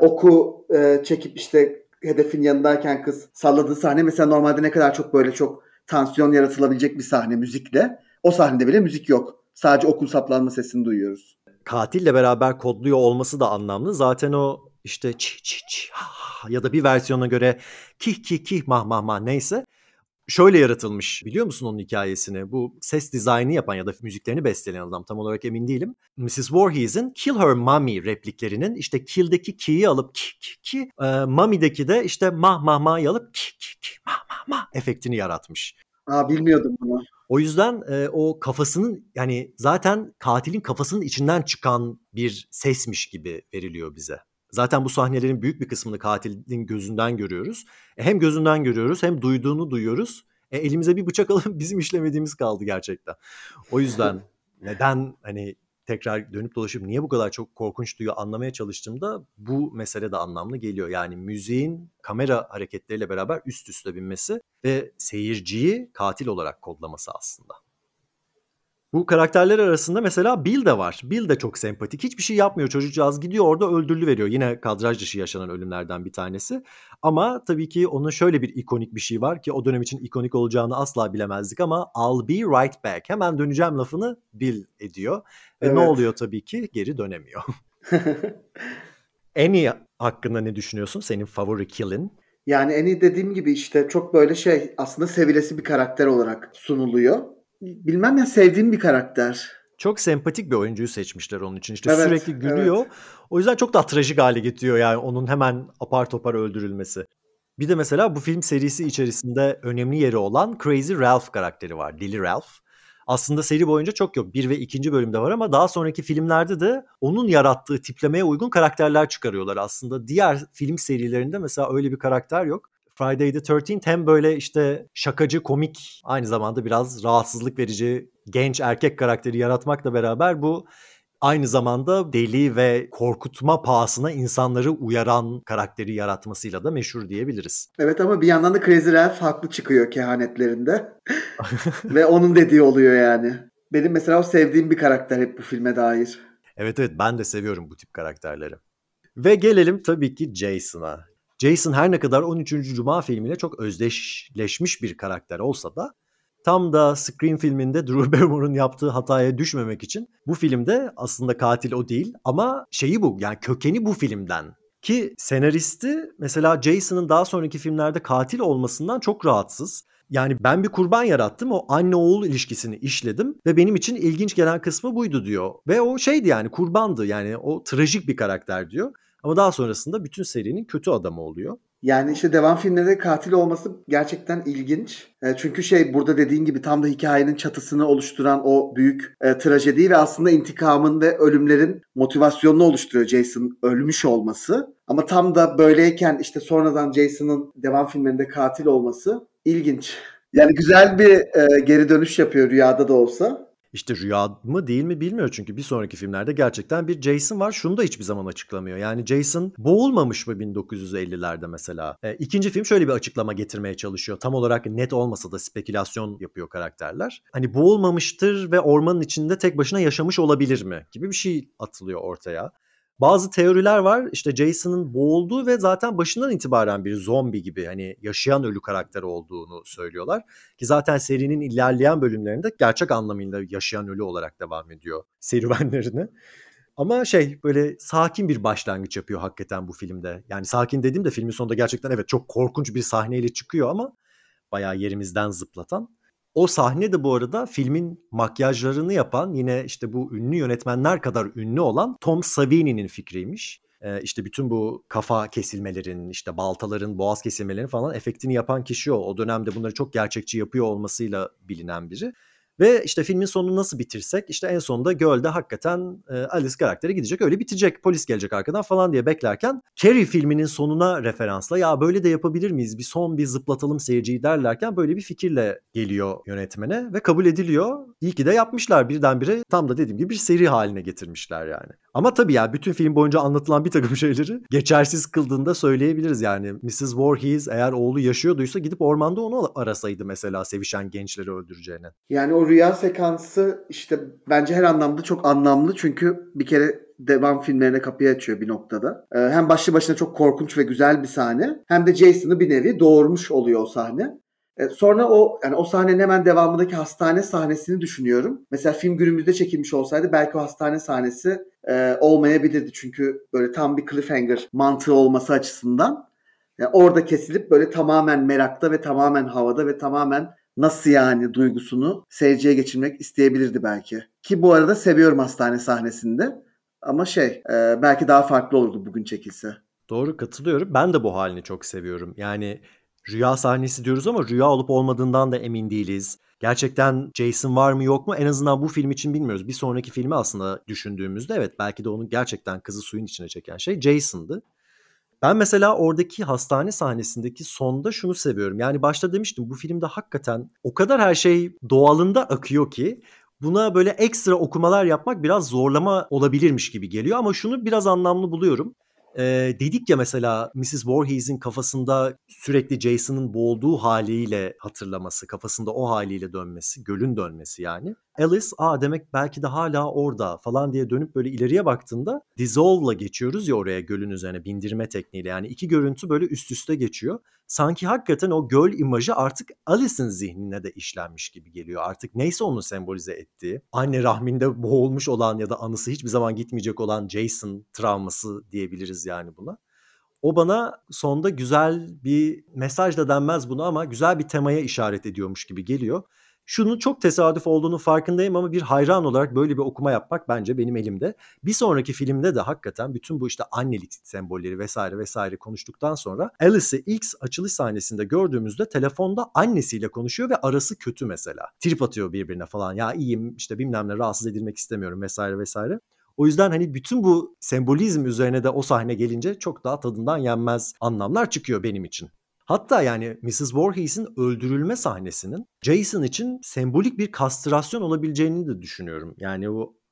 oku çekip işte hedefin yanındayken kız salladığı sahne mesela normalde ne kadar çok böyle çok tansiyon yaratılabilecek bir sahne müzikle. O sahnede bile müzik yok. Sadece okun saplanma sesini duyuyoruz. Katille beraber kodluyor olması da anlamlı. Zaten o işte çi çi çi ha, ha ya da bir versiyona göre kih kih kih mah mah mah neyse şöyle yaratılmış. Biliyor musun onun hikayesini? Bu ses dizaynı yapan ya da müziklerini besteleyen adam tam olarak emin değilim. Mrs. Voorhees'in Kill Her Mommy repliklerinin işte Kill'deki ki'yi alıp ki ki ki, Mommy'deki de işte mah mah mah'yı alıp ki ki ki mah mah mah efektini yaratmış. Aa, bilmiyordum bunu. O yüzden o kafasının yani zaten katilin kafasının içinden çıkan bir sesmiş gibi veriliyor bize. Zaten bu sahnelerin büyük bir kısmını katilin gözünden görüyoruz. Hem gözünden görüyoruz hem duyduğunu duyuyoruz. Elimize bir bıçak alıp bizim işlemediğimiz kaldı gerçekten. O yüzden neden hani tekrar dönüp dolaşıp niye bu kadar çok korkunç duyuyor anlamaya çalıştığımda bu mesele de anlamlı geliyor. Yani müziğin kamera hareketleriyle beraber üst üste binmesi ve seyirciyi katil olarak kodlaması aslında. Bu karakterler arasında mesela Bill de var. Bill de çok sempatik. Hiçbir şey yapmıyor çocukcağız. Gidiyor orada öldürülüveriyor. Yine kadraj dışı yaşanan ölümlerden bir tanesi. Ama tabii ki onun şöyle bir ikonik bir şey var ki o dönem için ikonik olacağını asla bilemezdik ama I'll be right back. Hemen döneceğim lafını Bill ediyor. Ve ne Evet. oluyor tabii ki? Geri dönemiyor. Annie hakkında ne düşünüyorsun? Senin favori kill'in? Yani Annie dediğim gibi işte çok böyle aslında sevilesi bir karakter olarak sunuluyor. Bilmem ya sevdiğim bir karakter. Çok sempatik bir oyuncuyu seçmişler onun için. İşte Evet, sürekli gülüyor. evet. O yüzden çok daha trajik hale getiriyor yani onun hemen apar topar öldürülmesi. Bir de mesela bu film serisi içerisinde önemli yeri olan Crazy Ralph karakteri var. Deli Ralph. Aslında seri boyunca çok yok. 1 ve 2. bölümde var ama daha sonraki filmlerde de onun yarattığı tiplemeye uygun karakterler çıkarıyorlar aslında. Diğer film serilerinde mesela öyle bir karakter yok. Friday the 13th hem böyle işte şakacı, komik, aynı zamanda biraz rahatsızlık verici genç erkek karakteri yaratmakla beraber bu Aynı zamanda deli ve korkutma pahasına insanları uyaran karakteri yaratmasıyla da meşhur diyebiliriz. Evet ama bir yandan da Crazy Ralph haklı çıkıyor kehanetlerinde. Ve onun dediği oluyor yani. Benim mesela o sevdiğim bir karakter hep bu filme dair. Evet evet, ben de seviyorum bu tip karakterleri. Ve gelelim tabii ki Jason'a. Jason her ne kadar 13. Cuma filmiyle çok özdeşleşmiş bir karakter olsa da tam da Scream filminde Drew Barrymore'un yaptığı hataya düşmemek için bu filmde aslında katil o değil ama şeyi bu, yani kökeni bu filmden. Ki senaristi mesela Jason'ın daha sonraki filmlerde katil olmasından çok rahatsız. Yani ben bir kurban yarattım, o anne oğul ilişkisini işledim ve benim için ilginç gelen kısmı buydu diyor. Ve o şeydi, yani kurbandı, yani o trajik bir karakter diyor. Ama daha sonrasında bütün serinin kötü adamı oluyor. Yani işte devam filmlerinde katil olması gerçekten ilginç. Çünkü burada dediğin gibi tam da hikayenin çatısını oluşturan o büyük trajedi ve aslında intikamın ve ölümlerin motivasyonunu oluşturuyor Jason ölmüş olması. Ama tam da böyleyken işte sonradan Jason'ın devam filmlerinde katil olması ilginç. Yani güzel bir geri dönüş yapıyor rüyada da olsa. İşte rüya mı değil mi bilmiyor, çünkü bir sonraki filmlerde gerçekten bir Jason var. Şunu da hiçbir zaman açıklamıyor. Yani Jason boğulmamış mı 1950'lerde mesela? İkinci film şöyle bir açıklama getirmeye çalışıyor. Tam olarak net olmasa da spekülasyon yapıyor karakterler. Hani boğulmamıştır ve ormanın içinde tek başına yaşamış olabilir mi gibi bir şey atılıyor ortaya. Bazı teoriler var. İşte Jason'ın boğulduğu ve zaten başından itibaren bir zombi gibi, hani yaşayan ölü karakter olduğunu söylüyorlar. Ki zaten serinin ilerleyen bölümlerinde gerçek anlamıyla yaşayan ölü olarak devam ediyor serüvenlerine. Ama böyle sakin bir başlangıç yapıyor hakikaten bu filmde. Yani sakin dediğim de filmin sonunda gerçekten evet çok korkunç bir sahneyle çıkıyor ama bayağı yerimizden zıplatan. O sahne de bu arada filmin makyajlarını yapan, yine işte bu ünlü yönetmenler kadar ünlü olan Tom Savini'nin fikriymiş. İşte bütün bu kafa kesilmelerin, işte baltaların, boğaz kesilmelerin falan efektini yapan kişi o. O dönemde bunları çok gerçekçi yapıyor olmasıyla bilinen biri. Ve işte filmin sonunu nasıl bitirsek, işte en sonunda gölde hakikaten Alice karakteri gidecek, öyle bitecek, polis gelecek arkadan falan diye beklerken Carrie filminin sonuna referansla ya böyle de yapabilir miyiz, bir son bir zıplatalım seyirciyi derlerken böyle bir fikirle geliyor yönetmene ve kabul ediliyor. İyi ki de yapmışlar, birdenbire tam da dediğim gibi bir seri haline getirmişler yani. Ama tabii ya bütün film boyunca anlatılan bir takım şeyleri geçersiz kıldığında söyleyebiliriz yani. Mrs. Voorhees eğer oğlu yaşıyorduysa gidip ormanda onu arasaydı mesela, sevişen gençleri öldüreceğine. Yani o rüya sekansı işte bence her anlamda çok anlamlı. Çünkü bir kere devam filmlerine kapıyı açıyor bir noktada. Hem başlı başına çok korkunç ve güzel bir sahne. Hem de Jason'ı bir nevi doğurmuş oluyor o sahne. Sonra o sahnenin hemen devamındaki hastane sahnesini düşünüyorum. Mesela film günümüzde çekilmiş olsaydı belki o hastane sahnesi olmayabilirdi. Çünkü böyle tam bir cliffhanger mantığı olması açısından. Yani orada kesilip böyle tamamen merakta ve tamamen havada ve tamamen nasıl yani duygusunu seyirciye geçirmek isteyebilirdi belki. Ki bu arada seviyorum hastane sahnesinde. Ama belki daha farklı olurdu bugün çekilse. Doğru, katılıyorum. Ben de bu halini çok seviyorum. Yani rüya sahnesi diyoruz ama rüya olup olmadığından da emin değiliz. Gerçekten Jason var mı yok mu? En azından bu film için bilmiyoruz. Bir sonraki filmi aslında düşündüğümüzde evet, belki de onun gerçekten kızı suyun içine çeken şey Jason'dı. Ben mesela oradaki hastane sahnesindeki sonda şunu seviyorum. Yani başta demiştim, bu filmde hakikaten o kadar her şey doğalında akıyor ki buna böyle ekstra okumalar yapmak biraz zorlama olabilirmiş gibi geliyor. Ama şunu biraz anlamlı buluyorum. Dedik ya mesela Mrs. Voorhees'in kafasında sürekli Jason'ın boğulduğu haliyle hatırlaması, kafasında o haliyle dönmesi, gölün dönmesi yani. Alice, demek belki de hala orada falan diye dönüp böyle ileriye baktığında dissolve'la geçiyoruz ya oraya, gölün üzerine bindirme tekniğiyle. Yani iki görüntü böyle üst üste geçiyor. Sanki hakikaten o göl imajı artık Alice'in zihnine de işlenmiş gibi geliyor. Artık neyse onu sembolize ettiği. Anne rahminde boğulmuş olan ya da anısı hiçbir zaman gitmeyecek olan Jason travması diyebiliriz yani buna. O bana sonda güzel bir mesaj da denmez buna ama güzel bir temaya işaret ediyormuş gibi geliyor. Şunun çok tesadüf olduğunu farkındayım ama bir hayran olarak böyle bir okuma yapmak bence benim elimde. Bir sonraki filmde de hakikaten bütün bu işte annelik sembolleri vesaire vesaire konuştuktan sonra Alice'i ilk açılış sahnesinde gördüğümüzde telefonda annesiyle konuşuyor ve arası kötü mesela. Trip atıyor birbirine falan. Ya iyiyim işte, bilmem ne, rahatsız edilmek istemiyorum vesaire vesaire. O yüzden hani bütün bu sembolizm üzerine de o sahne gelince çok daha tadından yenmez anlamlar çıkıyor benim için. Hatta yani Mrs. Voorhees'in öldürülme sahnesinin Jason için sembolik bir kastrasyon olabileceğini de düşünüyorum. Yani o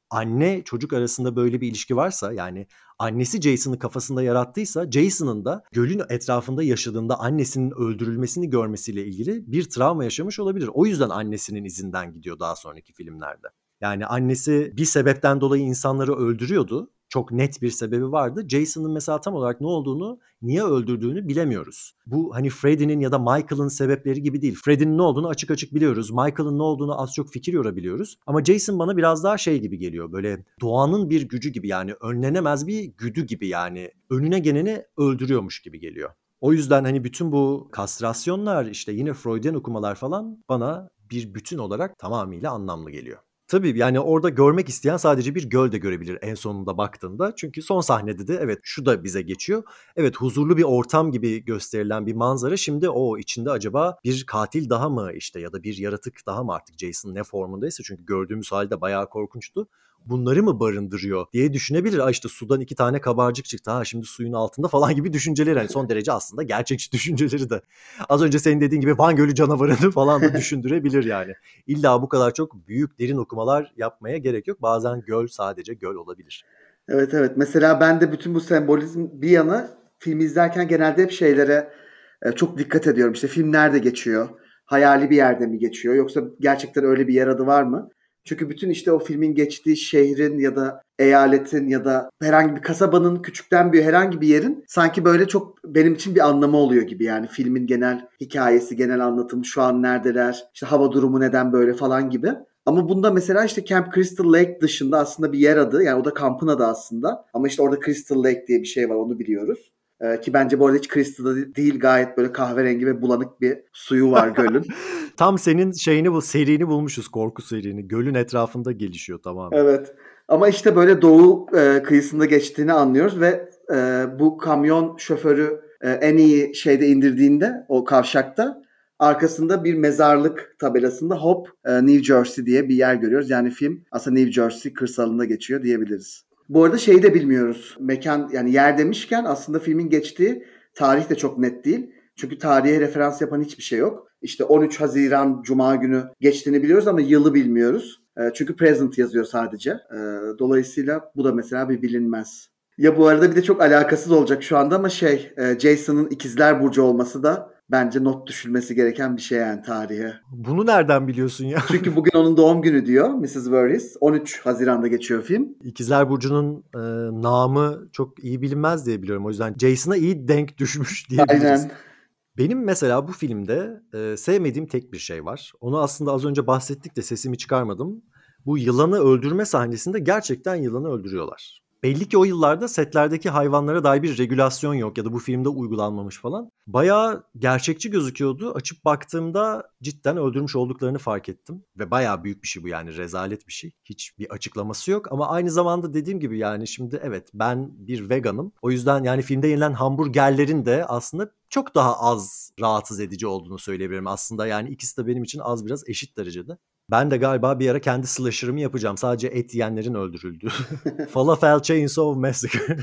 anne çocuk arasında böyle bir ilişki varsa, yani annesi Jason'ı kafasında yarattıysa, Jason'ın da gölün etrafında yaşadığında annesinin öldürülmesini görmesiyle ilgili bir travma yaşamış olabilir. O yüzden annesinin izinden gidiyor daha sonraki filmlerde. Yani annesi bir sebepten dolayı insanları öldürüyordu. Çok net bir sebebi vardı. Jason'ın mesela tam olarak ne olduğunu, niye öldürdüğünü bilemiyoruz. Bu hani Freddy'nin ya da Michael'ın sebepleri gibi değil. Freddy'nin ne olduğunu açık açık biliyoruz. Michael'ın ne olduğunu az çok fikir yorabiliyoruz. Ama Jason bana biraz daha şey gibi geliyor. Böyle doğanın bir gücü gibi, yani önlenemez bir güdü gibi, yani önüne geleni öldürüyormuş gibi geliyor. O yüzden hani bütün bu kastrasyonlar, işte yine Freudian okumalar falan bana bir bütün olarak tamamıyla anlamlı geliyor. Tabii, yani orada görmek isteyen sadece bir göl de görebilir en sonunda baktığında. Çünkü son sahnede de evet şu da bize geçiyor. Evet, huzurlu bir ortam gibi gösterilen bir manzara, şimdi o içinde acaba bir katil daha mı işte, ya da bir yaratık daha mı, artık Jason ne formundaysa, çünkü gördüğümüz halde bayağı korkunçtu. Bunları mı barındırıyor diye düşünebilir. Aa, işte sudan 2 tane kabarcık çıktı. Ha, şimdi suyun altında falan gibi düşünceleri. Yani son derece aslında gerçekçi düşünceleri de. Az önce senin dediğin gibi Van Gölü canavarını falan da düşündürebilir yani. İlla bu kadar çok büyük derin okumalar yapmaya gerek yok. Bazen göl sadece göl olabilir. Evet, evet. Mesela ben de bütün bu sembolizm bir yana filmi izlerken genelde hep şeylere çok dikkat ediyorum. İşte film nerede geçiyor? Hayali bir yerde mi geçiyor? Yoksa gerçekten öyle bir yer adı var mı? Çünkü bütün işte o filmin geçtiği şehrin ya da eyaletin ya da herhangi bir kasabanın küçükten büyüğe herhangi bir yerin sanki böyle çok benim için bir anlamı oluyor gibi, yani filmin genel hikayesi, genel anlatımı, şu an neredeler, işte hava durumu neden böyle falan gibi. Ama bunda mesela işte Camp Crystal Lake dışında aslında bir yer adı. Yani o da kampın adı aslında. Ama işte orada Crystal Lake diye bir şey var, onu biliyoruz. Ki bence bu arada hiç crystal değil, gayet böyle kahverengi ve bulanık bir suyu var gölün. Tam senin şeyini, bu serini bulmuşuz, korku serini. Gölün etrafında gelişiyor tamamen. Evet. Ama işte böyle doğu kıyısında geçtiğini anlıyoruz ve bu kamyon şoförü en iyi şeyde indirdiğinde o kavşakta arkasında bir mezarlık tabelasında Hop New Jersey diye bir yer görüyoruz. Yani film aslında New Jersey kırsalında geçiyor diyebiliriz. Bu arada şeyi de bilmiyoruz. Mekan, yani yer demişken aslında filmin geçtiği tarih de çok net değil. Çünkü tarihe referans yapan hiçbir şey yok. İşte 13 Haziran Cuma günü geçtiğini biliyoruz ama yılı bilmiyoruz. Çünkü present yazıyor sadece. Dolayısıyla bu da mesela bir bilinmez. Ya bu arada bir de çok alakasız olacak şu anda ama Jason'ın ikizler burcu olması da bence not düşülmesi gereken bir şey yani tarihe. Bunu nereden biliyorsun ya? Çünkü bugün onun doğum günü diyor Mrs. Voorhees. 13 Haziran'da geçiyor film. İkizler Burcu'nun namı çok iyi bilinmez diye biliyorum. O yüzden Jason'a iyi denk düşmüş diyebiliriz. Aynen. Benim mesela bu filmde sevmediğim tek bir şey var. Onu aslında az önce bahsettik de sesimi çıkarmadım. Bu yılanı öldürme sahnesinde gerçekten yılanı öldürüyorlar. Belli ki o yıllarda setlerdeki hayvanlara dair bir regülasyon yok ya da bu filmde uygulanmamış falan. Bayağı gerçekçi gözüküyordu. Açıp baktığımda cidden öldürmüş olduklarını fark ettim. Ve bayağı büyük bir şey bu, yani rezalet bir şey. Hiç bir açıklaması yok ama aynı zamanda dediğim gibi, yani şimdi evet, ben bir veganım. O yüzden yani filmde yenilen hamburgerlerin de aslında çok daha az rahatsız edici olduğunu söyleyebilirim. Aslında yani ikisi de benim için az biraz eşit derecede. Ben de galiba bir ara kendi slasher'ımı yapacağım. Sadece et yiyenlerin öldürüldüğü. Falafel Chainsaw Massacre.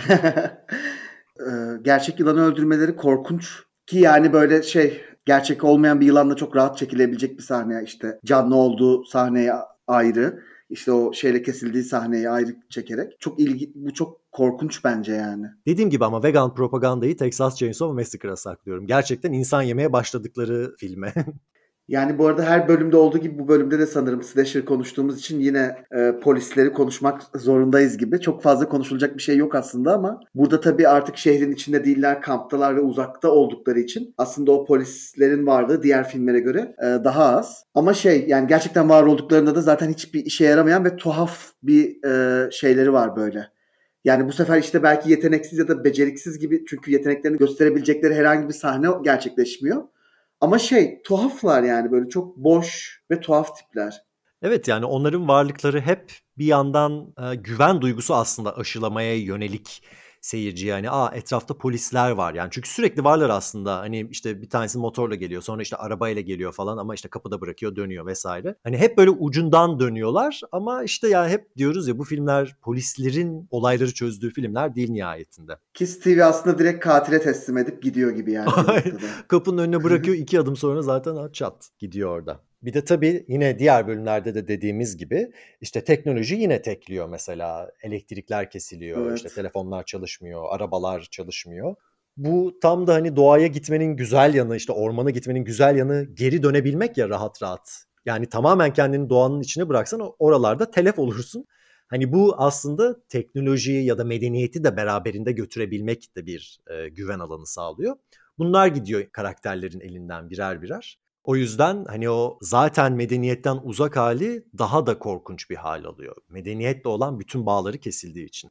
Gerçek yılanı öldürmeleri korkunç ki yani böyle gerçek olmayan bir yılanla çok rahat çekilebilecek bir sahne, işte canlı olduğu sahneye ayrı, işte o şeyle kesildiği sahneyi ayrı çekerek bu çok korkunç bence yani. Dediğim gibi ama vegan propagandayı Texas Chainsaw Massacre'a saklıyorum. Gerçekten insan yemeye başladıkları filme. Yani bu arada her bölümde olduğu gibi bu bölümde de sanırım slasher konuştuğumuz için yine polisleri konuşmak zorundayız gibi. Çok fazla konuşulacak bir şey yok aslında ama burada tabii artık şehrin içinde değiller, kamptalar ve uzakta oldukları için aslında o polislerin varlığı diğer filmlere göre daha az. Ama yani gerçekten var olduklarında da zaten hiçbir işe yaramayan ve tuhaf bir şeyleri var böyle. Yani bu sefer işte belki yeteneksiz ya da beceriksiz gibi, çünkü yeteneklerini gösterebilecekleri herhangi bir sahne gerçekleşmiyor. Ama tuhaflar yani, böyle çok boş ve tuhaf tipler. Evet, yani onların varlıkları hep bir yandan güven duygusu aslında aşılamaya yönelik seyirciye. Yani etrafta polisler var yani, çünkü sürekli varlar aslında. Hani işte bir tanesi motorla geliyor, sonra işte arabayla geliyor falan, ama işte kapıda bırakıyor, dönüyor vesaire. Hani hep böyle ucundan dönüyorlar ama işte yani hep diyoruz ya, bu filmler polislerin olayları çözdüğü filmler değil nihayetinde. Ki Stevie aslında direkt katile teslim edip gidiyor gibi yani bir noktada. Kapının önüne bırakıyor, 2 adım sonra zaten çat gidiyor orada. Bir de tabii yine diğer bölümlerde de dediğimiz gibi işte teknoloji yine tekliyor mesela. Elektrikler kesiliyor, işte Evet. telefonlar çalışmıyor, arabalar çalışmıyor. Bu tam da hani doğaya gitmenin güzel yanı, işte ormana gitmenin güzel yanı geri dönebilmek ya rahat rahat. Yani tamamen kendini doğanın içine bıraksan oralarda telef olursun. Hani bu aslında teknolojiyi ya da medeniyeti de beraberinde götürebilmek de bir güven alanı sağlıyor. Bunlar gidiyor karakterlerin elinden birer birer. O yüzden hani o zaten medeniyetten uzak hali daha da korkunç bir hal alıyor. Medeniyetle olan bütün bağları kesildiği için.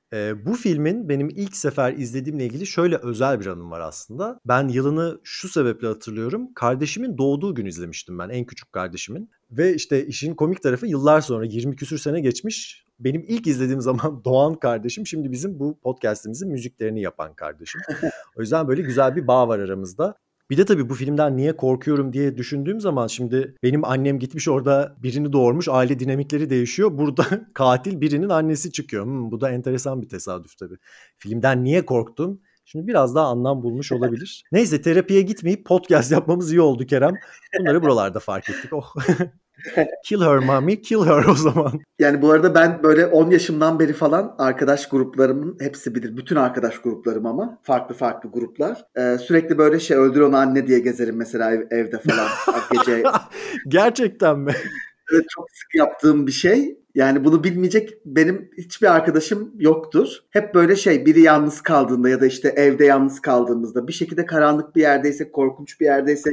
Bu filmin benim ilk sefer izlediğimle ilgili şöyle özel bir anım var aslında. Ben yılını şu sebeple hatırlıyorum. Kardeşimin doğduğu gün izlemiştim ben, en küçük kardeşimin. Ve işte işin komik tarafı yıllar sonra 20 küsür sene geçmiş. Benim ilk izlediğim zaman doğan kardeşim şimdi bizim bu podcast'imizin müziklerini yapan kardeşim. O yüzden böyle güzel bir bağ var aramızda. Bir de tabii bu filmden niye korkuyorum diye düşündüğüm zaman şimdi benim annem gitmiş orada birini doğurmuş, aile dinamikleri değişiyor. Burada katil birinin annesi çıkıyor. Bu da enteresan bir tesadüf tabii. Filmden niye korktum? Şimdi biraz daha anlam bulmuş olabilir. Neyse terapiye gitmeyip podcast yapmamız iyi oldu Kerem. Bunları buralarda fark ettik. Oh. Kill her mommy, kill her o zaman. Yani bu arada ben böyle 10 yaşımdan beri falan arkadaş gruplarımın hepsi bilir. Bütün arkadaş gruplarım ama farklı farklı gruplar. Sürekli böyle şey öldür onu anne diye gezerim mesela evde falan. Gece Gerçekten mi? evet, çok sık yaptığım bir şey. Yani bunu bilmeyecek benim hiçbir arkadaşım yoktur. Hep böyle şey biri yalnız kaldığında ya da işte evde yalnız kaldığımızda bir şekilde karanlık bir yerdeysek, korkunç bir yerdeysek,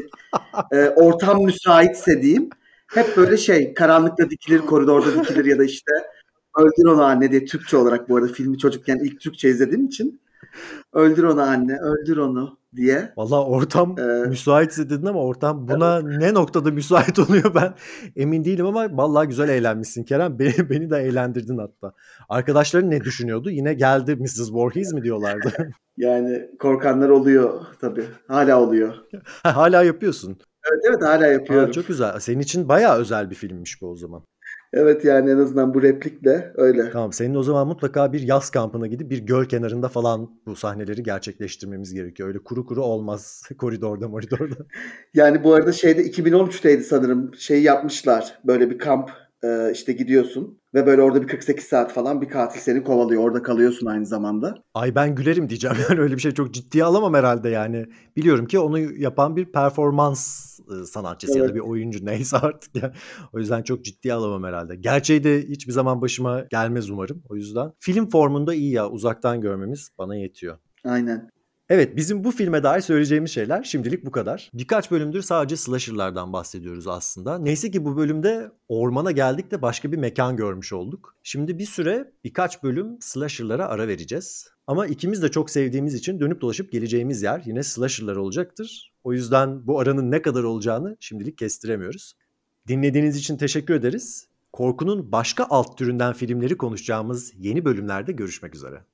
ortam müsaitse diyeyim. Hep böyle şey karanlıkta dikilir, koridorda dikilir ya da işte öldür onu anne diye Türkçe olarak bu arada filmi çocukken ilk Türkçe izlediğim için öldür onu anne, öldür onu diye. Valla ortam E, müsaitse dedin ama ortam buna ne noktada müsait oluyor ben emin değilim ama vallahi güzel eğlenmişsin Kerem. Beni de eğlendirdin hatta. Arkadaşların ne düşünüyordu? Yine geldi Mrs. Voorhees mi diyorlardı? yani korkanlar oluyor tabii. Hala oluyor. Hala yapıyorsun. Evet evet hala Aa, yapıyorum. çok güzel. Senin için bayağı özel bir filmmiş bu o zaman. Evet yani en azından bu replikle öyle. Tamam, senin o zaman mutlaka bir yaz kampına gidip bir göl kenarında falan bu sahneleri gerçekleştirmemiz gerekiyor. Öyle kuru kuru olmaz koridorda. Yani bu arada şeyde 2013'teydi sanırım. Şey yapmışlar. Böyle bir kamp işte gidiyorsun ve böyle orada bir 48 saat falan bir katil seni kovalıyor. Orada kalıyorsun aynı zamanda. Ay ben gülerim diyeceğim. Yani öyle bir şey çok ciddiye alamam herhalde yani. Biliyorum ki onu yapan bir performans sanatçısı ya da bir Evet. oyuncu neyse artık ya. O yüzden çok ciddiye alamam herhalde. Gerçeği de hiçbir zaman başıma gelmez umarım. O yüzden film formunda iyi ya. Uzaktan görmemiz bana yetiyor. Aynen. Evet, bizim bu filme dair söyleyeceğimiz şeyler şimdilik bu kadar. Birkaç bölümdür sadece slasher'lardan bahsediyoruz aslında. Neyse ki bu bölümde ormana geldik de başka bir mekan görmüş olduk. Şimdi bir süre birkaç bölüm slasher'lara ara vereceğiz. Ama ikimiz de çok sevdiğimiz için dönüp dolaşıp geleceğimiz yer yine slasher'lar olacaktır. O yüzden bu aranın ne kadar olacağını şimdilik kestiremiyoruz. Dinlediğiniz için teşekkür ederiz. Korkunun başka alt türünden filmleri konuşacağımız yeni bölümlerde görüşmek üzere.